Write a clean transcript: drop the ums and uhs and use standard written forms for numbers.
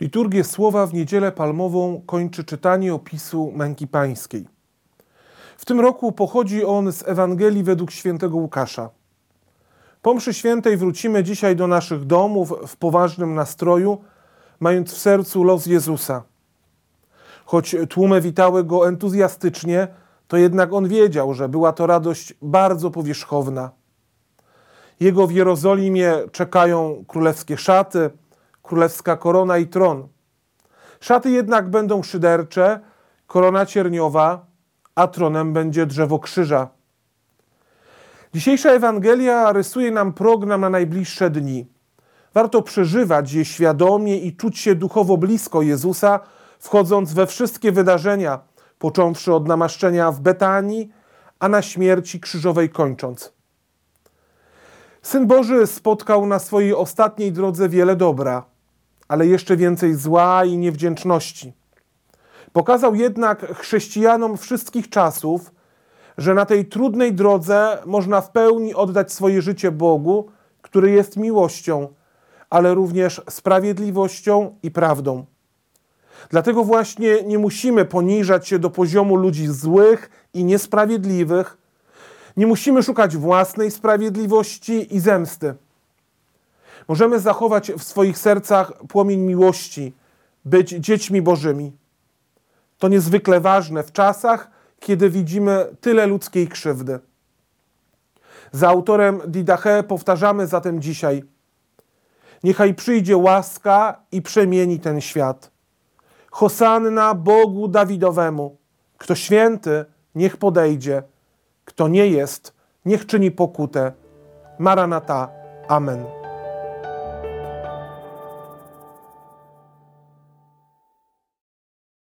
Liturgię Słowa w Niedzielę Palmową kończy czytanie opisu męki pańskiej. W tym roku pochodzi on z Ewangelii według świętego Łukasza. Po mszy świętej wrócimy dzisiaj do naszych domów w poważnym nastroju, mając w sercu los Jezusa. Choć tłumy witały go entuzjastycznie, to jednak on wiedział, że była to radość bardzo powierzchowna. Jego w Jerozolimie czekają królewskie szaty, królewska korona i tron. Szaty jednak będą szydercze, korona cierniowa, a tronem będzie drzewo krzyża. Dzisiejsza Ewangelia rysuje nam program na najbliższe dni. Warto przeżywać je świadomie i czuć się duchowo blisko Jezusa, wchodząc we wszystkie wydarzenia, począwszy od namaszczenia w Betanii, a na śmierci krzyżowej kończąc. Syn Boży spotkał na swojej ostatniej drodze wiele dobra, ale jeszcze więcej zła i niewdzięczności. Pokazał jednak chrześcijanom wszystkich czasów, że na tej trudnej drodze można w pełni oddać swoje życie Bogu, który jest miłością, ale również sprawiedliwością i prawdą. Dlatego właśnie nie musimy poniżać się do poziomu ludzi złych i niesprawiedliwych, nie musimy szukać własnej sprawiedliwości i zemsty. Możemy zachować w swoich sercach płomień miłości, być dziećmi Bożymi. To niezwykle ważne w czasach, kiedy widzimy tyle ludzkiej krzywdy. Za autorem Didache powtarzamy zatem dzisiaj: niechaj przyjdzie łaska i przemieni ten świat. Hosanna Bogu Dawidowemu. Kto święty, niech podejdzie. Kto nie jest, niech czyni pokutę. Maranata. Amen.